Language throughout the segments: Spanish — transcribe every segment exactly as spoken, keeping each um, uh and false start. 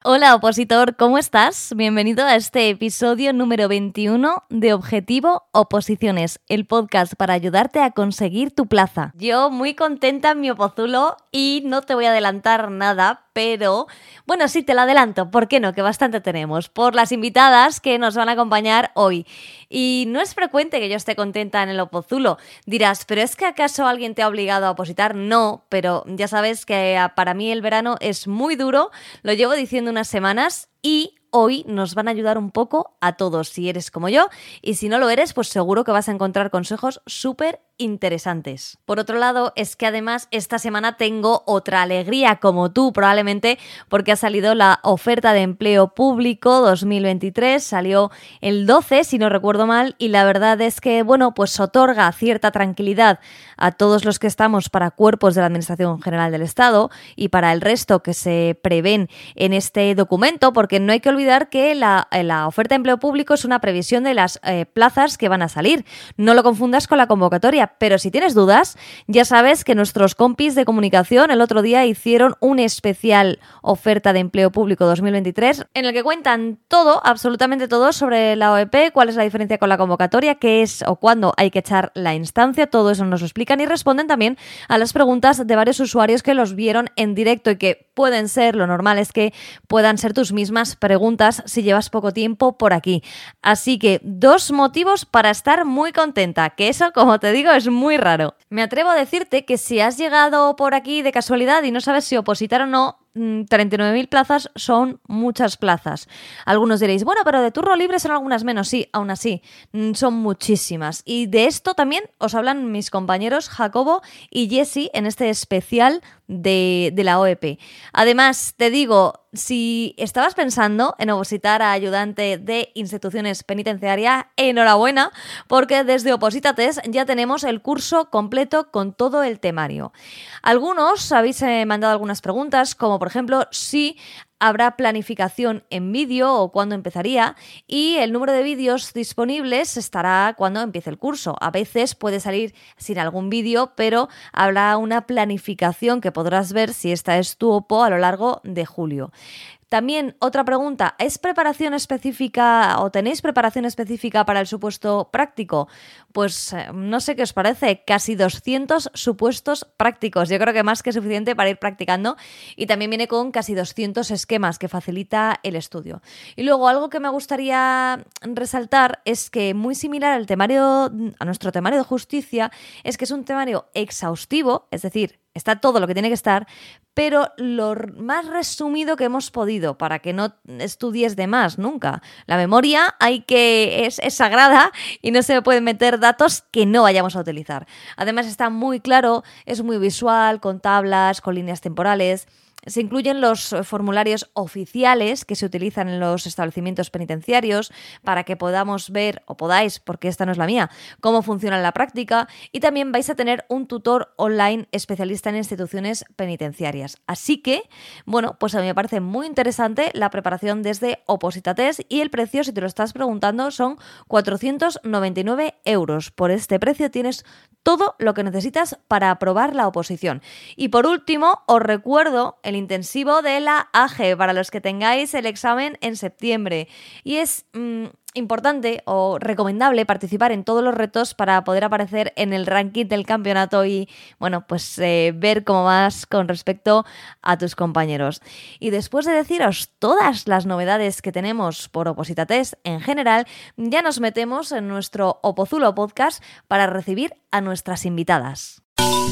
Hola opositor, ¿cómo estás? Bienvenido a este episodio número veintiuno de Objetivo Oposiciones, el podcast para ayudarte a conseguir tu plaza. Yo muy contenta en mi opozulo y no te voy a adelantar nada, pero bueno, sí te lo adelanto, ¿por qué no? Que bastante tenemos, por las invitadas que nos van a acompañar hoy. Y no es frecuente que yo esté contenta en el opozulo. Dirás, ¿pero es que acaso alguien te ha obligado a opositar? No, pero ya sabes que para mí el verano es muy duro, lo llevo diciendo unas semanas y hoy nos van a ayudar un poco a todos, si eres como yo, y si no lo eres, pues seguro que vas a encontrar consejos súper interesantes. Por otro lado, es que además esta semana tengo otra alegría, como tú probablemente, porque ha salido la oferta de empleo público dos mil veintitrés, salió el doce, si no recuerdo mal, y la verdad es que, bueno, pues otorga cierta tranquilidad a todos los que estamos para cuerpos de la Administración General del Estado y para el resto que se prevén en este documento, porque no hay que olvidar que la, la oferta de empleo público es una previsión de las eh, plazas que van a salir. No lo confundas con la convocatoria, pero si tienes dudas, ya sabes que nuestros compis de comunicación el otro día hicieron un especial oferta de empleo público dos mil veintitrés en el que cuentan todo, absolutamente todo sobre la O E P, cuál es la diferencia con la convocatoria, qué es o cuándo hay que echar la instancia, todo eso nos lo explican y responden también a las preguntas de varios usuarios que los vieron en directo y que pueden ser, lo normal es que puedan ser tus mismas preguntas si llevas poco tiempo por aquí. Así que dos motivos para estar muy contenta, que eso, como te digo, es muy raro. Me atrevo a decirte que si has llegado por aquí de casualidad y no sabes si opositar o no, treinta y nueve mil plazas son muchas plazas. Algunos diréis, bueno, pero de turno libre son algunas menos. Sí, aún así, son muchísimas. Y de esto también os hablan mis compañeros Jacobo y Jessy en este especial de, de la O E P. Además, te digo, si estabas pensando en opositar a ayudante de instituciones penitenciarias, enhorabuena, porque desde Oposítates ya tenemos el curso completo con todo el temario. Algunos habéis eh, mandado algunas preguntas, como por ejemplo, si habrá planificación en vídeo o cuándo empezaría, y el número de vídeos disponibles estará cuando empiece el curso. A veces puede salir sin algún vídeo, pero habrá una planificación que podrás ver si esta es tu O P O a lo largo de julio. También otra pregunta, ¿es preparación específica o tenéis preparación específica para el supuesto práctico? Pues no sé qué os parece, casi doscientos supuestos prácticos. Yo creo que más que suficiente para ir practicando y también viene con casi doscientos esquemas que facilita el estudio. Y luego algo que me gustaría resaltar es que muy similar al temario, a nuestro temario de justicia, es que es un temario exhaustivo, es decir, está todo lo que tiene que estar, pero lo más resumido que hemos podido para que no estudies de más nunca. La memoria hay que es, es sagrada y no se pueden meter datos que no vayamos a utilizar. Además está muy claro, es muy visual, con tablas, con líneas temporales. Se incluyen los formularios oficiales que se utilizan en los establecimientos penitenciarios para que podamos ver, o podáis, porque esta no es la mía, cómo funciona en la práctica, y también vais a tener un tutor online especialista en instituciones penitenciarias. Así que, bueno, pues a mí me parece muy interesante la preparación desde Oposítates y el precio, si te lo estás preguntando, son cuatrocientos noventa y nueve euros. Por este precio tienes todo lo que necesitas para aprobar la oposición. Y por último, os recuerdo el intensivo de la A G E para los que tengáis el examen en septiembre. Y es mmm, importante o recomendable participar en todos los retos para poder aparecer en el ranking del campeonato y, bueno, pues eh, ver cómo vas con respecto a tus compañeros. Y después de deciros todas las novedades que tenemos por Oposítates en general, ya nos metemos en nuestro Opozulo Podcast para recibir a nuestras invitadas.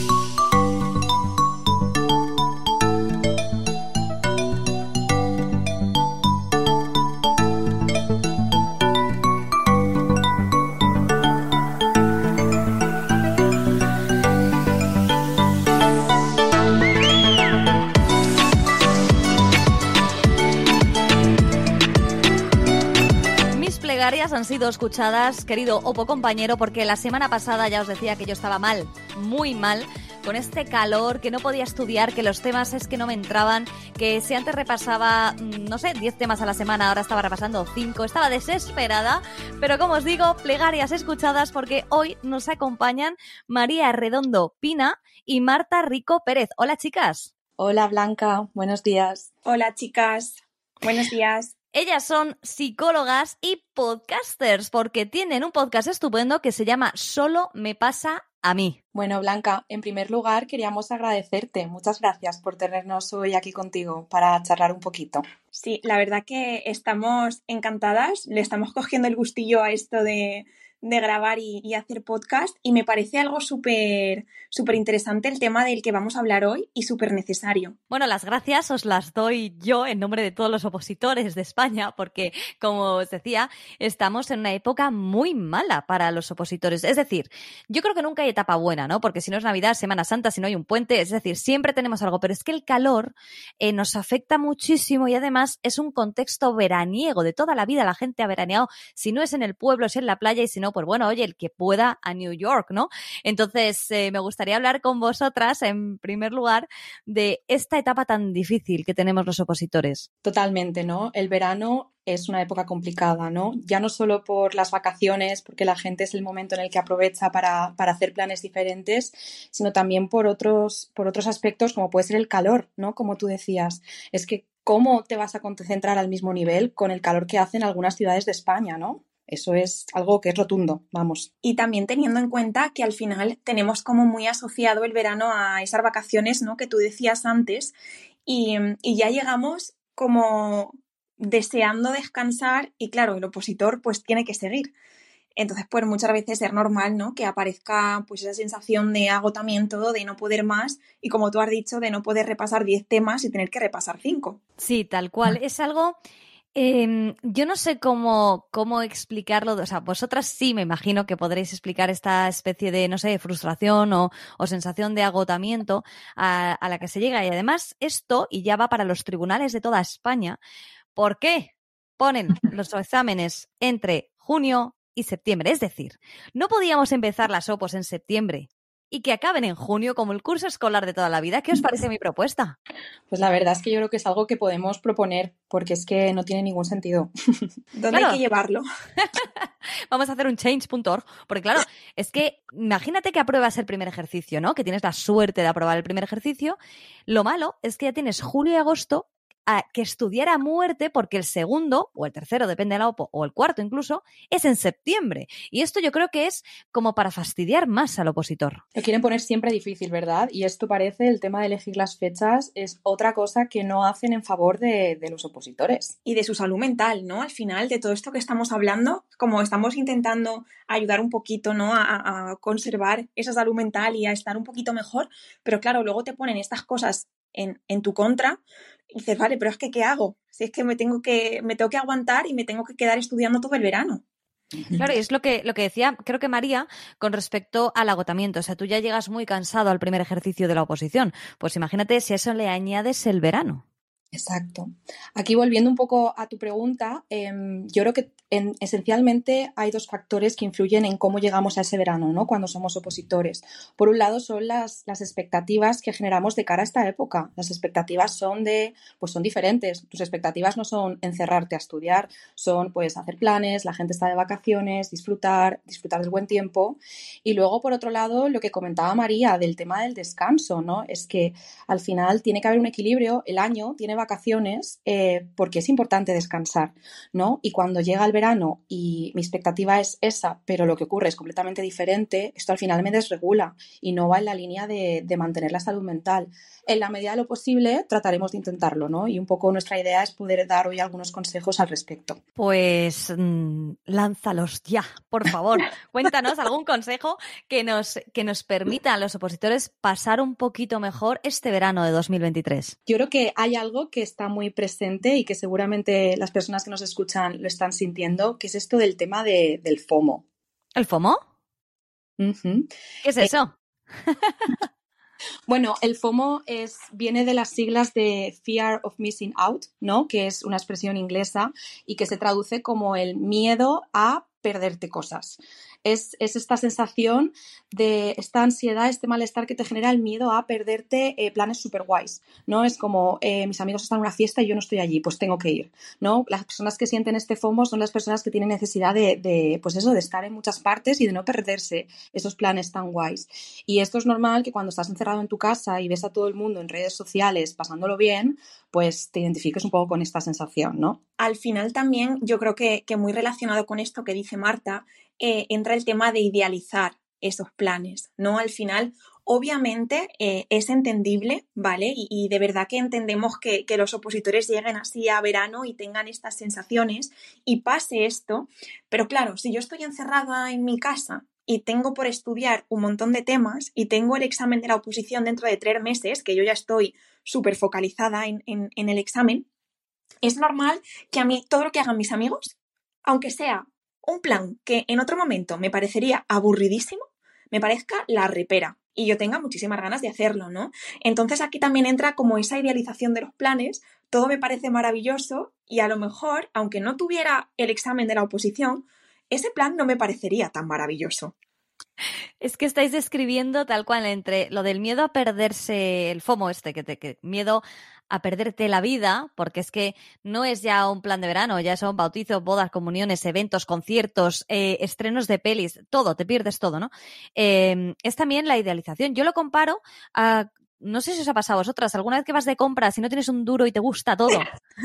Plegarias han sido escuchadas, querido Opo compañero, porque la semana pasada ya os decía que yo estaba mal, muy mal, con este calor, que no podía estudiar, que los temas es que no me entraban, que si antes repasaba, no sé, diez temas a la semana, ahora estaba repasando cinco, estaba desesperada, pero como os digo, plegarias escuchadas porque hoy nos acompañan María Redondo Pina y Marta Rico Pérez. Hola, chicas. Hola, Blanca, buenos días. Hola, chicas. Buenos días. Ellas son psicólogas y podcasters porque tienen un podcast estupendo que se llama Solo me pasa a mí. Bueno, Blanca, en primer lugar queríamos agradecerte. Muchas gracias por tenernos hoy aquí contigo para charlar un poquito. Sí, la verdad que estamos encantadas, le estamos cogiendo el gustillo a esto de, de grabar y, y hacer podcast y me parece algo súper súper interesante el tema del que vamos a hablar hoy y súper necesario. Bueno, las gracias os las doy yo en nombre de todos los opositores de España porque, como os decía, estamos en una época muy mala para los opositores. Es decir, yo creo que nunca hay etapa buena, ¿no? Porque si no es Navidad, Semana Santa, si no hay un puente, es decir, siempre tenemos algo, pero es que el calor eh, nos afecta muchísimo y además es un contexto veraniego de toda la vida. La gente ha veraneado, si no es en el pueblo, es en la playa y si no, pues bueno, oye, el que pueda a New York, ¿no? Entonces, eh, me gustaría hablar con vosotras, en primer lugar, de esta etapa tan difícil que tenemos los opositores. Totalmente, ¿no? El verano es una época complicada, ¿no? Ya no solo por las vacaciones, porque la gente es el momento en el que aprovecha para, para hacer planes diferentes, sino también por otros, por otros aspectos, como puede ser el calor, ¿no? Como tú decías. Es que, ¿cómo te vas a concentrar al mismo nivel con el calor que hace en algunas ciudades de España, ¿no? Eso es algo que es rotundo, vamos. Y también teniendo en cuenta que al final tenemos como muy asociado el verano a esas vacaciones, ¿no? Que tú decías antes y, y ya llegamos como deseando descansar y claro, el opositor pues tiene que seguir. Entonces, pues muchas veces es normal, ¿no? Que aparezca pues esa sensación de agotamiento, de no poder más y como tú has dicho, de no poder repasar diez temas y tener que repasar cinco. Sí, tal cual. Es algo... Eh, yo no sé cómo, cómo explicarlo, o sea, vosotras sí me imagino que podréis explicar esta especie de, no sé, frustración o, o sensación de agotamiento a, a la que se llega y además esto, y ya va para los tribunales de toda España, ¿por qué ponen los exámenes entre junio y septiembre? Es decir, no podíamos empezar las opos en septiembre y que acaben en junio como el curso escolar de toda la vida. ¿Qué os parece mi propuesta? Pues la verdad es que yo creo que es algo que podemos proponer porque es que no tiene ningún sentido. ¿Dónde Claro. hay que llevarlo? Vamos a hacer un change punto org, porque claro, es que imagínate que apruebas el primer ejercicio, ¿no? Que tienes la suerte de aprobar el primer ejercicio. Lo malo es que ya tienes julio y agosto a que estudiar a muerte porque el segundo, o el tercero, depende de la OPO, o el cuarto incluso, es en septiembre. Y esto yo creo que es como para fastidiar más al opositor. Lo quieren poner siempre difícil, ¿verdad? Y esto parece, el tema de elegir las fechas, es otra cosa que no hacen en favor de, de los opositores. Y de su salud mental, ¿no? Al final, de todo esto que estamos hablando, como estamos intentando ayudar un poquito, ¿no? A, a conservar esa salud mental y a estar un poquito mejor, pero claro, luego te ponen estas cosas en, en tu contra y dices, vale, pero es que ¿qué hago? Si es que me tengo que, me tengo que aguantar y me tengo que quedar estudiando todo el verano. Claro, y es lo que, lo que decía, creo que María, con respecto al agotamiento. O sea, tú ya llegas muy cansado al primer ejercicio de la oposición. Pues imagínate si a eso le añades el verano. Exacto. Aquí volviendo un poco a tu pregunta, eh, yo creo que en, esencialmente hay dos factores que influyen en cómo llegamos a ese verano, ¿no? Cuando somos opositores. Por un lado son las, las expectativas que generamos de cara a esta época. Las expectativas son de, pues son diferentes. Tus expectativas no son encerrarte a estudiar, son pues hacer planes, la gente está de vacaciones, disfrutar, disfrutar del buen tiempo. Y luego, por otro lado, lo que comentaba María del tema del descanso, ¿no? Es que al final tiene que haber un equilibrio, el año tiene vacaciones eh, porque es importante descansar, ¿no? Y cuando llega el verano y mi expectativa es esa, pero lo que ocurre es completamente diferente, esto al final me desregula y no va en la línea de, de mantener la salud mental. En la medida de lo posible trataremos de intentarlo, ¿no? Y un poco nuestra idea es poder dar hoy algunos consejos al respecto. Pues mmm, lánzalos ya, por favor. Cuéntanos algún consejo que nos, que nos permita a los opositores pasar un poquito mejor este verano de dos mil veintitrés. Yo creo que hay algo que está muy presente y que seguramente las personas que nos escuchan lo están sintiendo, que es esto del tema de, del FOMO. ¿El FOMO? Uh-huh. ¿Qué es eso? Eh, Bueno, el FOMO es, viene de las siglas de Fear of Missing Out, ¿no? Que es una expresión inglesa y que se traduce como el miedo a perderte cosas. Es, es esta sensación de esta ansiedad, este malestar que te genera el miedo a perderte eh, planes súper guays, ¿no? Es como, eh, mis amigos están en una fiesta y yo no estoy allí, pues tengo que ir, ¿no? Las personas que sienten este FOMO son las personas que tienen necesidad de, de pues eso, de estar en muchas partes y de no perderse esos planes tan guays. Y esto es normal que cuando estás encerrado en tu casa y ves a todo el mundo en redes sociales pasándolo bien, pues te identifiques un poco con esta sensación, ¿no? Al final también yo creo que, que muy relacionado con esto que dice Marta, eh, entra el tema de idealizar esos planes, ¿no? Al final, obviamente, eh, es entendible, ¿vale? Y, y de verdad que entendemos que, que los opositores lleguen así a verano y tengan estas sensaciones y pase esto, pero claro, si yo estoy encerrada en mi casa y tengo por estudiar un montón de temas y tengo el examen de la oposición dentro de tres meses, que yo ya estoy súper focalizada en, en, en el examen, es normal que a mí todo lo que hagan mis amigos, aunque sea un plan que en otro momento me parecería aburridísimo, me parezca la repera y yo tenga muchísimas ganas de hacerlo, ¿no? Entonces aquí también entra como esa idealización de los planes, todo me parece maravilloso y a lo mejor, aunque no tuviera el examen de la oposición, ese plan no me parecería tan maravilloso. Es que estáis describiendo tal cual entre lo del miedo a perderse, el FOMO este, que te que miedo a perderte la vida, porque es que no es ya un plan de verano, ya son bautizos, bodas, comuniones, eventos, conciertos, eh, estrenos de pelis, todo, te pierdes todo, ¿no? Eh, es también la idealización. Yo lo comparo a... No sé si os ha pasado a vosotras, alguna vez que vas de compras y no tienes un duro y te gusta todo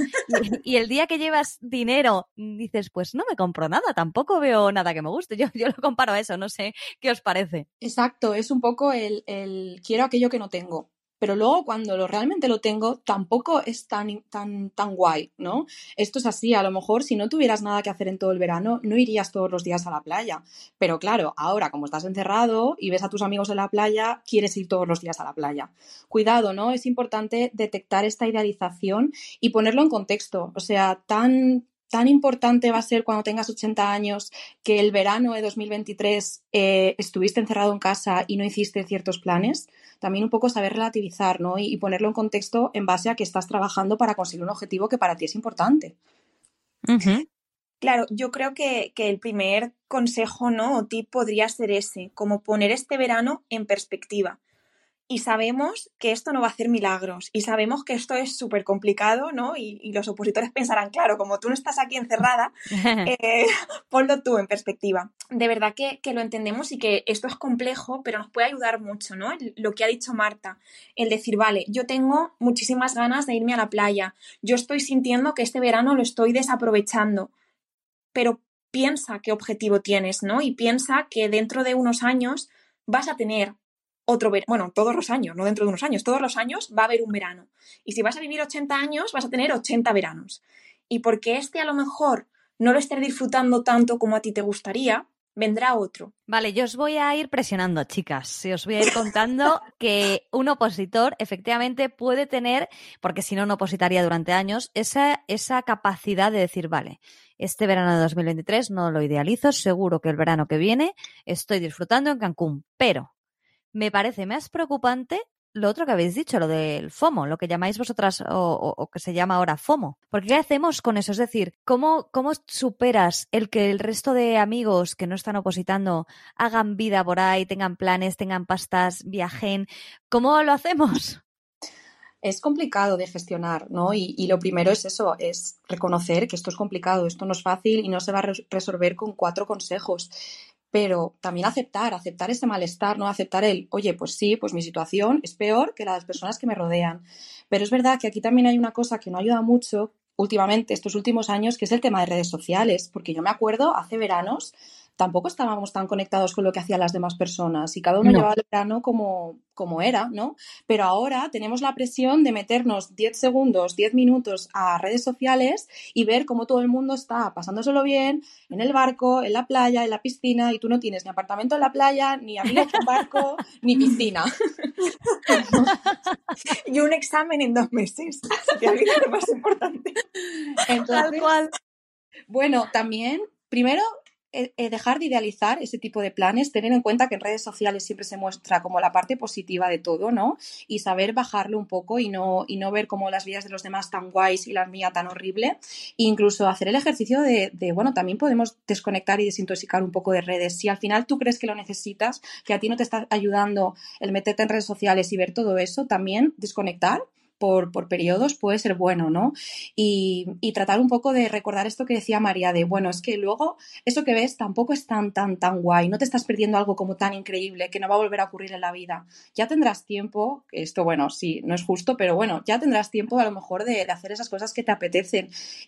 y, y el día que llevas dinero dices, pues no me compro nada, tampoco veo nada que me guste. Yo, yo lo comparo a eso, no sé qué os parece. Exacto, es un poco el, el quiero aquello que no tengo. Pero luego cuando lo realmente lo tengo, tampoco es tan, tan, tan guay, ¿no? Esto es así, a lo mejor si no tuvieras nada que hacer en todo el verano, no irías todos los días a la playa. Pero claro, ahora como estás encerrado y ves a tus amigos en la playa, quieres ir todos los días a la playa. Cuidado, ¿no? Es importante detectar esta idealización y ponerlo en contexto. O sea, tan... tan importante va a ser cuando tengas ochenta años que el verano de dos mil veintitrés eh, estuviste encerrado en casa y no hiciste ciertos planes. También un poco saber relativizar, ¿no? Y, y ponerlo en contexto en base a que estás trabajando para conseguir un objetivo que para ti es importante. Uh-huh. Claro, yo creo que, que el primer consejo, ¿no? o tip podría ser ese, como poner este verano en perspectiva. Y sabemos que esto no va a hacer milagros y sabemos que esto es súper complicado, ¿no? Y, y los opositores pensarán, claro, como tú no estás aquí encerrada, eh, ponlo tú en perspectiva. De verdad que, que lo entendemos y que esto es complejo, pero nos puede ayudar mucho, ¿no? Lo que ha dicho Marta, el decir, vale, yo tengo muchísimas ganas de irme a la playa, yo estoy sintiendo que este verano lo estoy desaprovechando, pero piensa qué objetivo tienes, ¿no? Y piensa que dentro de unos años vas a tener otro verano, bueno, todos los años, no dentro de unos años, todos los años va a haber un verano. Y si vas a vivir ochenta años, vas a tener ochenta veranos. Y porque este a lo mejor no lo estés disfrutando tanto como a ti te gustaría, vendrá otro. Vale, yo os voy a ir presionando, chicas. Os voy a ir contando que un opositor efectivamente puede tener, porque si no, no opositaría durante años, esa, esa capacidad de decir, vale, este verano de dos mil veintitrés no lo idealizo, seguro que el verano que viene estoy disfrutando en Cancún, pero me parece más preocupante lo otro que habéis dicho, lo del FOMO, lo que llamáis vosotras o, o, o que se llama ahora FOMO. Porque ¿qué hacemos con eso? Es decir, ¿cómo, ¿cómo superas el que el resto de amigos que no están opositando hagan vida por ahí, tengan planes, tengan pastas, viajen? ¿Cómo lo hacemos? Es complicado de gestionar, ¿no? Y, y lo primero es eso, es reconocer que esto es complicado, esto no es fácil y no se va a re- resolver con cuatro consejos. Pero también aceptar, aceptar ese malestar, ¿no? Aceptar el, oye, pues sí, pues mi situación es peor que la de las personas que me rodean. Pero es verdad que aquí también hay una cosa que no ayuda mucho últimamente, estos últimos años, que es el tema de redes sociales, porque yo me acuerdo, hace veranos, tampoco estábamos tan conectados con lo que hacían las demás personas y cada uno no. llevaba el verano como, como era, ¿no? Pero ahora tenemos la presión de meternos diez segundos, diez minutos a redes sociales y ver cómo todo el mundo está pasándoselo bien en el barco, en la playa, en la piscina y tú no tienes ni apartamento en la playa, ni amigos en barco, ni piscina. Y un examen en dos meses. Que a mí es lo más importante. Entonces, tal cual. Bueno, también, primero, eh, eh, dejar de idealizar ese tipo de planes, tener en cuenta que en redes sociales siempre se muestra como la parte positiva de todo, ¿no? Y saber bajarlo un poco y no, y no ver como las vidas de los demás tan guays y la mía tan horrible. E incluso hacer el ejercicio de, de, bueno, también podemos desconectar y desintoxicar un poco de redes. Si al final tú crees que lo necesitas, que a ti no te está ayudando el meterte en redes sociales y ver todo eso, también desconectar Por, por periodos puede ser bueno, ¿no? Y, y tratar un poco de recordar esto que decía María, de, bueno, es que luego eso que ves tampoco es tan, tan, tan guay, no te estás perdiendo algo como tan increíble que no va a volver a ocurrir en la vida. Ya tendrás tiempo, esto, bueno, sí, no es justo, pero bueno, ya tendrás tiempo a lo mejor de, de hacer esas cosas que te apetecen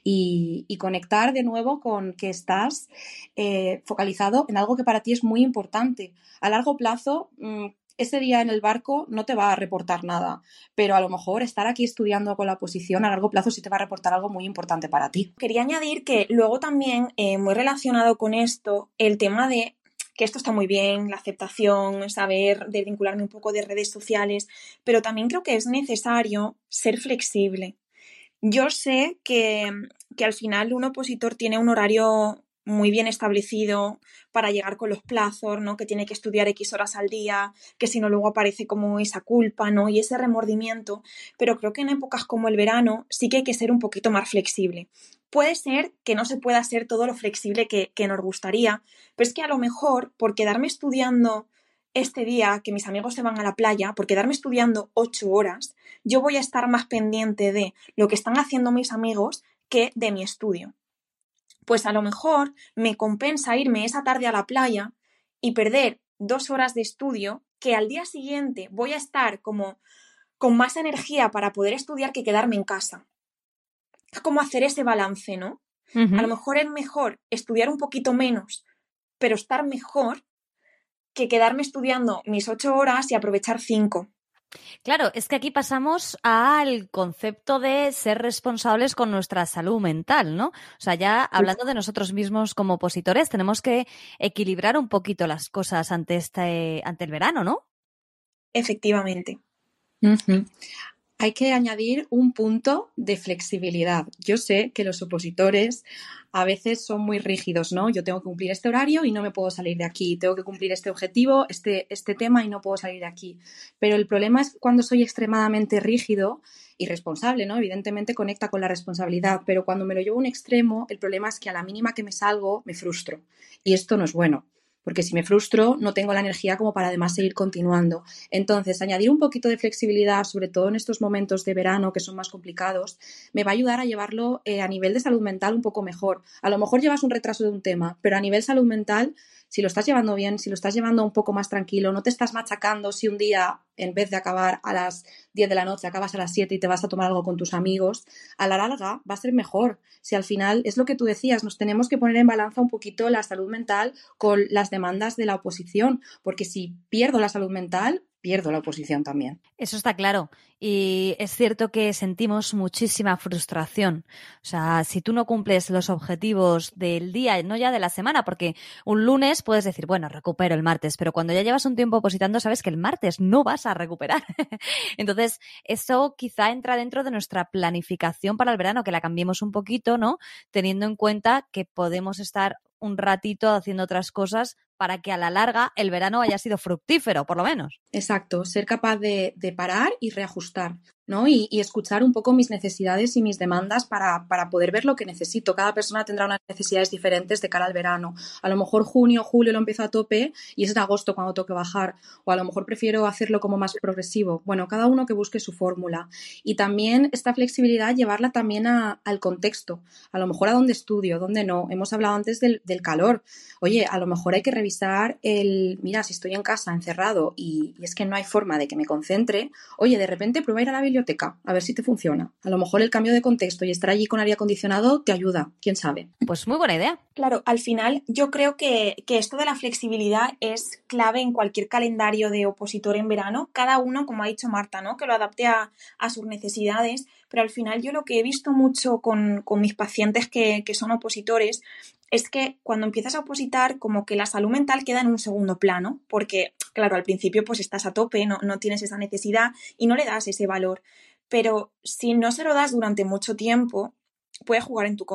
y, y conectar de nuevo con que estás eh, focalizado en algo que para ti es muy importante. A largo plazo, mmm, ese día en el barco no te va a reportar nada, pero a lo mejor estar aquí estudiando con la oposición a largo plazo sí te va a reportar algo muy importante para ti. Quería añadir que luego también, eh, muy relacionado con esto, el tema de que esto está muy bien, la aceptación, saber desvincularme un poco de redes sociales, pero también creo que es necesario ser flexible. Yo sé que, que al final un opositor tiene un horario muy bien establecido para llegar con los plazos, ¿no? Que tiene que estudiar X horas al día, que si no luego aparece como esa culpa, ¿no? Y ese remordimiento, pero creo que en épocas como el verano sí que hay que ser un poquito más flexible. Puede ser que no se pueda ser todo lo flexible que, que nos gustaría, pero es que a lo mejor por quedarme estudiando este día que mis amigos se van a la playa, por quedarme estudiando ocho horas, yo voy a estar más pendiente de lo que están haciendo mis amigos que de mi estudio. Pues a lo mejor me compensa irme esa tarde a la playa y perder dos horas de estudio que al día siguiente voy a estar como con más energía para poder estudiar que quedarme en casa. Es como hacer ese balance, ¿no? Uh-huh. A lo mejor es mejor estudiar un poquito menos, pero estar mejor que quedarme estudiando mis ocho horas y aprovechar cinco. Claro, es que aquí pasamos al concepto de ser responsables con nuestra salud mental, ¿no? O sea, ya hablando de nosotros mismos como opositores, tenemos que equilibrar un poquito las cosas ante este, ante el verano, ¿no? Efectivamente. Uh-huh. Hay que añadir un punto de flexibilidad. Yo sé que los opositores a veces son muy rígidos, ¿no? Yo tengo que cumplir este horario y no me puedo salir de aquí. Tengo que cumplir este objetivo, este, este tema y no puedo salir de aquí. Pero el problema es cuando soy extremadamente rígido y responsable, ¿no? Evidentemente conecta con la responsabilidad, pero cuando me lo llevo a un extremo, el problema es que a la mínima que me salgo, me frustro. Y esto no es bueno. Porque si me frustro, no tengo la energía como para además seguir continuando. Entonces, añadir un poquito de flexibilidad, sobre todo en estos momentos de verano que son más complicados, me va a ayudar a llevarlo eh, a nivel de salud mental un poco mejor. A lo mejor llevas un retraso de un tema, pero a nivel salud mental, si lo estás llevando bien, si lo estás llevando un poco más tranquilo, no te estás machacando si un día, en vez de acabar a las diez de la noche, acabas a las siete y te vas a tomar algo con tus amigos, a la larga va a ser mejor. Si al final, es lo que tú decías, nos tenemos que poner en balanza un poquito la salud mental con las demandas de la oposición, porque si pierdo la salud mental, pierdo la oposición también. Eso está claro. Y es cierto que sentimos muchísima frustración. O sea, si tú no cumples los objetivos del día, no ya de la semana, porque un lunes puedes decir, bueno, recupero el martes, pero cuando ya llevas un tiempo opositando sabes que el martes no vas a recuperar. Entonces, eso quizá entra dentro de nuestra planificación para el verano, que la cambiemos un poquito, ¿no? Teniendo en cuenta que podemos estar un ratito haciendo otras cosas para que a la larga el verano haya sido fructífero, por lo menos. Exacto, ser capaz de, de parar y reajustar, ¿no? Y, y escuchar un poco mis necesidades y mis demandas para, para poder ver lo que necesito. Cada persona tendrá unas necesidades diferentes de cara al verano. A lo mejor junio, julio lo empiezo a tope y es en agosto cuando toque bajar. O a lo mejor prefiero hacerlo como más progresivo. Bueno, cada uno que busque su fórmula. Y también esta flexibilidad llevarla también a, al contexto. A lo mejor a dónde estudio, dónde no. Hemos hablado antes del, del calor. Oye, a lo mejor hay que revisar el... Mira, si estoy en casa encerrado y, y es que no hay forma de que me concentre, oye, de repente prueba a ir a la biblioteca, a ver si te funciona. A lo mejor el cambio de contexto y estar allí con aire acondicionado te ayuda, quién sabe. Pues muy buena idea. Claro, al final yo creo que, que esto de la flexibilidad es clave en cualquier calendario de opositor en verano. Cada uno, como ha dicho Marta, ¿no? Que lo adapte a, a sus necesidades, pero al final yo lo que he visto mucho con, con mis pacientes que, que son opositores es que cuando empiezas a opositar como que la salud mental queda en un segundo plano, porque claro, al principio pues estás a tope, no, no tienes esa necesidad y no le das ese valor, pero si no se lo das durante mucho tiempo puede jugar en tu contra.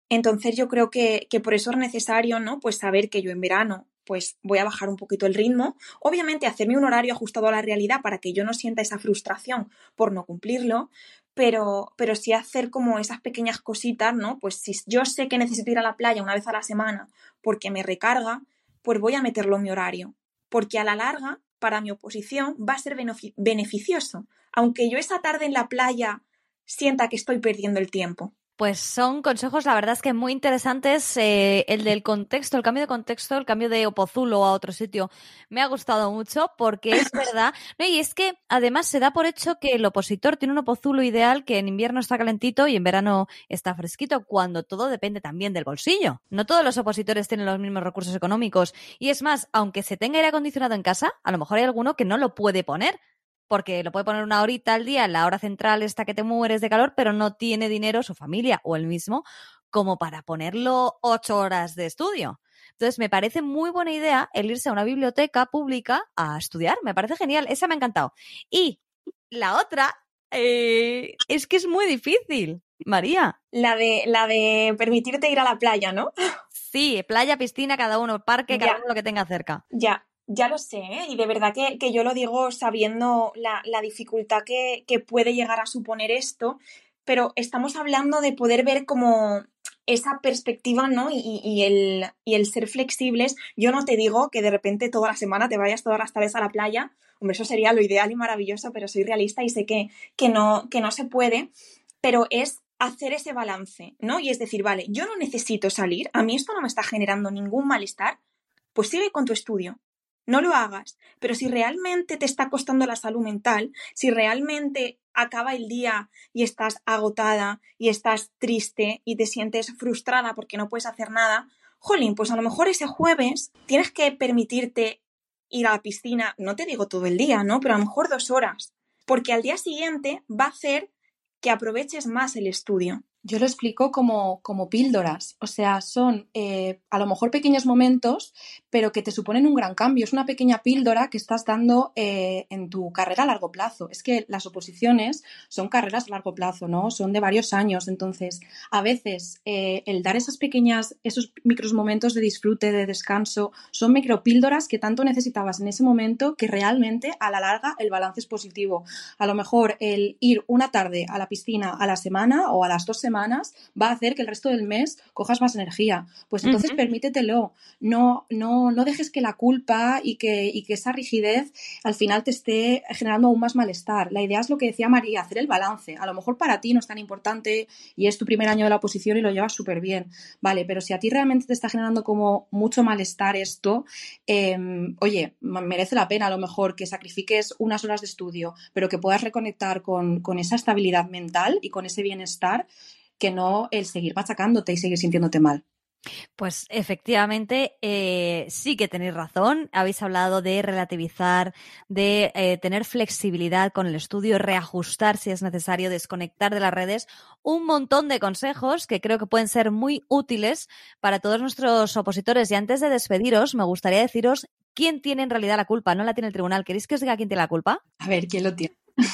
Entonces yo creo que, que por eso es necesario, ¿no? Pues saber que yo en verano pues voy a bajar un poquito el ritmo. Obviamente hacerme un horario ajustado a la realidad para que yo no sienta esa frustración por no cumplirlo, pero, pero sí hacer como esas pequeñas cositas, ¿no? Pues si yo sé que necesito ir a la playa una vez a la semana porque me recarga, pues voy a meterlo en mi horario. Porque a la larga, para mi oposición, va a ser beneficioso. Aunque yo esa tarde en la playa sienta que estoy perdiendo el tiempo. Pues son consejos, la verdad es que muy interesantes. Eh, el del contexto, el cambio de contexto, el cambio de Opozulo a otro sitio, me ha gustado mucho porque es verdad. No, y es que además se da por hecho que el opositor tiene un Opozulo ideal que en invierno está calentito y en verano está fresquito, cuando todo depende también del bolsillo. No todos los opositores tienen los mismos recursos económicos. Y es más, aunque se tenga aire acondicionado en casa, a lo mejor hay alguno que no lo puede poner, porque lo puede poner una horita al día, en la hora central esta que te mueres de calor, pero no tiene dinero su familia o él mismo como para ponerlo ocho horas de estudio. Entonces me parece muy buena idea el irse a una biblioteca pública a estudiar, me parece genial, esa me ha encantado. Y la otra eh, es que es muy difícil, María. La de, la de permitirte ir a la playa, ¿no? Sí, playa, piscina, cada uno, parque, cada ya. uno lo que tenga cerca. Ya. Ya lo sé, ¿eh? Y de verdad que, que yo lo digo sabiendo la, la dificultad que, que puede llegar a suponer esto, pero estamos hablando de poder ver como esa perspectiva, ¿no? Y, y, el, y el ser flexibles. Yo no te digo que de repente toda la semana te vayas todas las tardes a la playa, hombre, eso sería lo ideal y maravilloso, pero soy realista y sé que, que, no, que no se puede, pero es hacer ese balance, ¿no? Y es decir, vale, yo no necesito salir, a mí esto no me está generando ningún malestar, pues sigue con tu estudio. No lo hagas, pero si realmente te está costando la salud mental, si realmente acaba el día y estás agotada y estás triste y te sientes frustrada porque no puedes hacer nada, jolín, pues a lo mejor ese jueves tienes que permitirte ir a la piscina, no te digo todo el día, ¿no? Pero a lo mejor dos horas, porque al día siguiente va a hacer que aproveches más el estudio. Yo lo explico como, como píldoras, o sea, son eh, a lo mejor pequeños momentos, pero que te suponen un gran cambio. Es una pequeña píldora que estás dando eh, en tu carrera a largo plazo. Es que las oposiciones son carreras a largo plazo, ¿no? Son de varios años. Entonces, a veces eh, el dar esas pequeñas, esos micros momentos de disfrute, de descanso, son micropíldoras que tanto necesitabas en ese momento que realmente a la larga el balance es positivo. A lo mejor el ir una tarde a la piscina a la semana o a las dos semanas semanas va a hacer que el resto del mes cojas más energía. Pues entonces uh-huh. permítetelo. No, no, no dejes que la culpa y que, y que esa rigidez al final te esté generando aún más malestar. La idea es lo que decía María, hacer el balance. A lo mejor para ti no es tan importante y es tu primer año de la oposición y lo llevas súper bien. Vale, pero si a ti realmente te está generando como mucho malestar esto, eh, oye, merece la pena a lo mejor que sacrifiques unas horas de estudio, pero que puedas reconectar con, con esa estabilidad mental y con ese bienestar, que no el seguir machacándote y seguir sintiéndote mal. Pues efectivamente, eh, sí que tenéis razón. Habéis hablado de relativizar, de eh, tener flexibilidad con el estudio, reajustar si es necesario, desconectar de las redes. Un montón de consejos que creo que pueden ser muy útiles para todos nuestros opositores. Y antes de despediros, me gustaría deciros quién tiene en realidad la culpa. No la tiene el tribunal. ¿Queréis que os diga quién tiene la culpa? A ver, ¿quién lo tiene?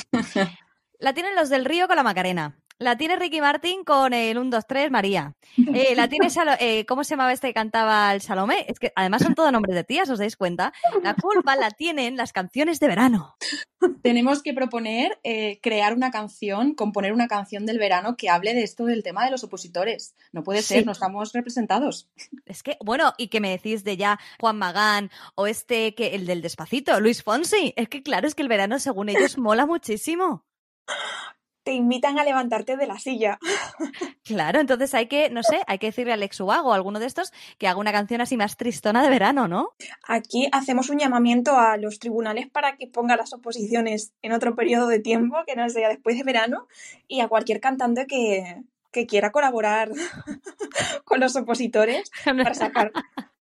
La tienen los del Río con la Macarena. La tiene Ricky Martin con el uno, dos, tres, María. Eh, la tiene, Salo- eh, ¿cómo se llamaba este que cantaba el Salomé? Es que además son todos nombres de tías, ¿os dais cuenta? La culpa la tienen las canciones de verano. Tenemos que proponer eh, crear una canción, componer una canción del verano que hable de esto del tema de los opositores. No puede ser, Sí. no estamos representados. Es que, bueno, y que me decís de ya Juan Magán o este, que el del Despacito, Luis Fonsi. Es que claro, es que el verano según ellos mola muchísimo. Te invitan a levantarte de la silla. Claro, entonces hay que, no sé, hay que decirle a Alex Ubago o a alguno de estos que haga una canción así más tristona de verano, ¿no? Aquí hacemos un llamamiento a los tribunales para que pongan las oposiciones en otro periodo de tiempo, que no sea después de verano, y a cualquier cantante que, que quiera colaborar con los opositores para sacar,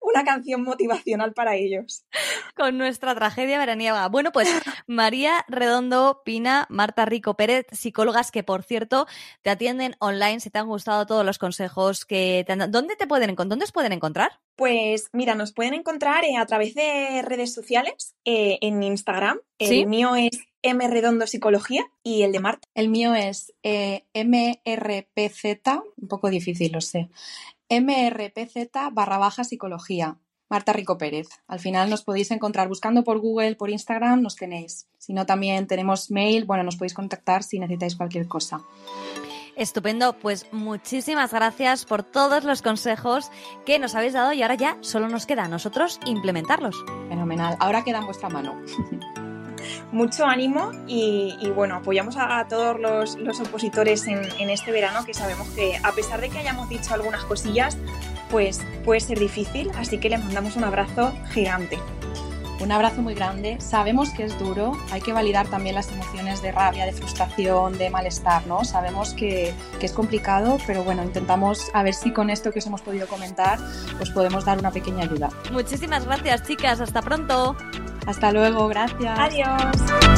una canción motivacional para ellos. Con nuestra tragedia veraniega. Bueno, pues María Redondo Pina, Marta Rico Pérez, psicólogas que, por cierto, te atienden online. Si te han gustado todos los consejos que te han dado, ¿dónde te pueden, ¿dónde os pueden encontrar? Pues mira, nos pueden encontrar eh, a través de redes sociales, eh, en Instagram. ¿Sí? El mío es M Redondo Psicología y el de Marta. El mío es eh, M R P Z, un poco difícil, lo sé. M R P Z barra baja psicología. Marta Rico Pérez. Al final nos podéis encontrar buscando por Google, por Instagram, nos tenéis. Si no, también tenemos mail, bueno, nos podéis contactar si necesitáis cualquier cosa. Estupendo, pues muchísimas gracias por todos los consejos que nos habéis dado y ahora ya solo nos queda a nosotros implementarlos. Fenomenal, ahora queda en vuestra mano. Mucho ánimo y, y bueno, apoyamos a, a todos los, los opositores en, en este verano, que sabemos que a pesar de que hayamos dicho algunas cosillas, pues puede ser difícil, así que les mandamos un abrazo gigante. Un abrazo muy grande. Sabemos que es duro, hay que validar también las emociones de rabia, de frustración, de malestar, ¿no? Sabemos que, que es complicado, pero bueno, intentamos a ver si con esto que os hemos podido comentar os podemos dar una pequeña ayuda. Muchísimas gracias, chicas. Hasta pronto. Hasta luego, gracias. Adiós.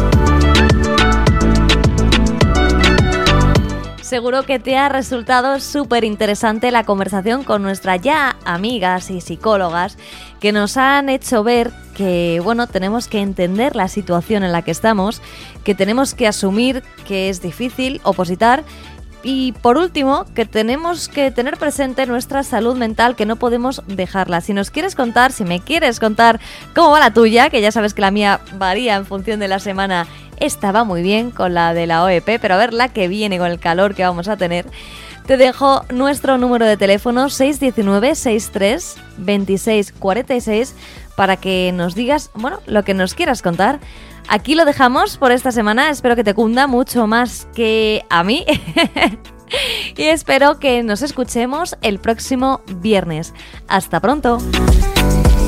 Seguro que te ha resultado súper interesante la conversación con nuestras ya amigas y psicólogas que nos han hecho ver que, bueno, tenemos que entender la situación en la que estamos, que tenemos que asumir que es difícil opositar y, por último, que tenemos que tener presente nuestra salud mental, que no podemos dejarla. Si nos quieres contar, si me quieres contar cómo va la tuya, que ya sabes que la mía varía en función de la semana. Esta va muy bien con la de la O E P, pero a ver la que viene con el calor que vamos a tener. Te dejo nuestro número de teléfono seis uno nueve, seis tres, dos seis cuatro seis para que nos digas, bueno, lo que nos quieras contar. Aquí lo dejamos por esta semana, espero que te cunda mucho más que a mí y espero que nos escuchemos el próximo viernes. ¡Hasta pronto!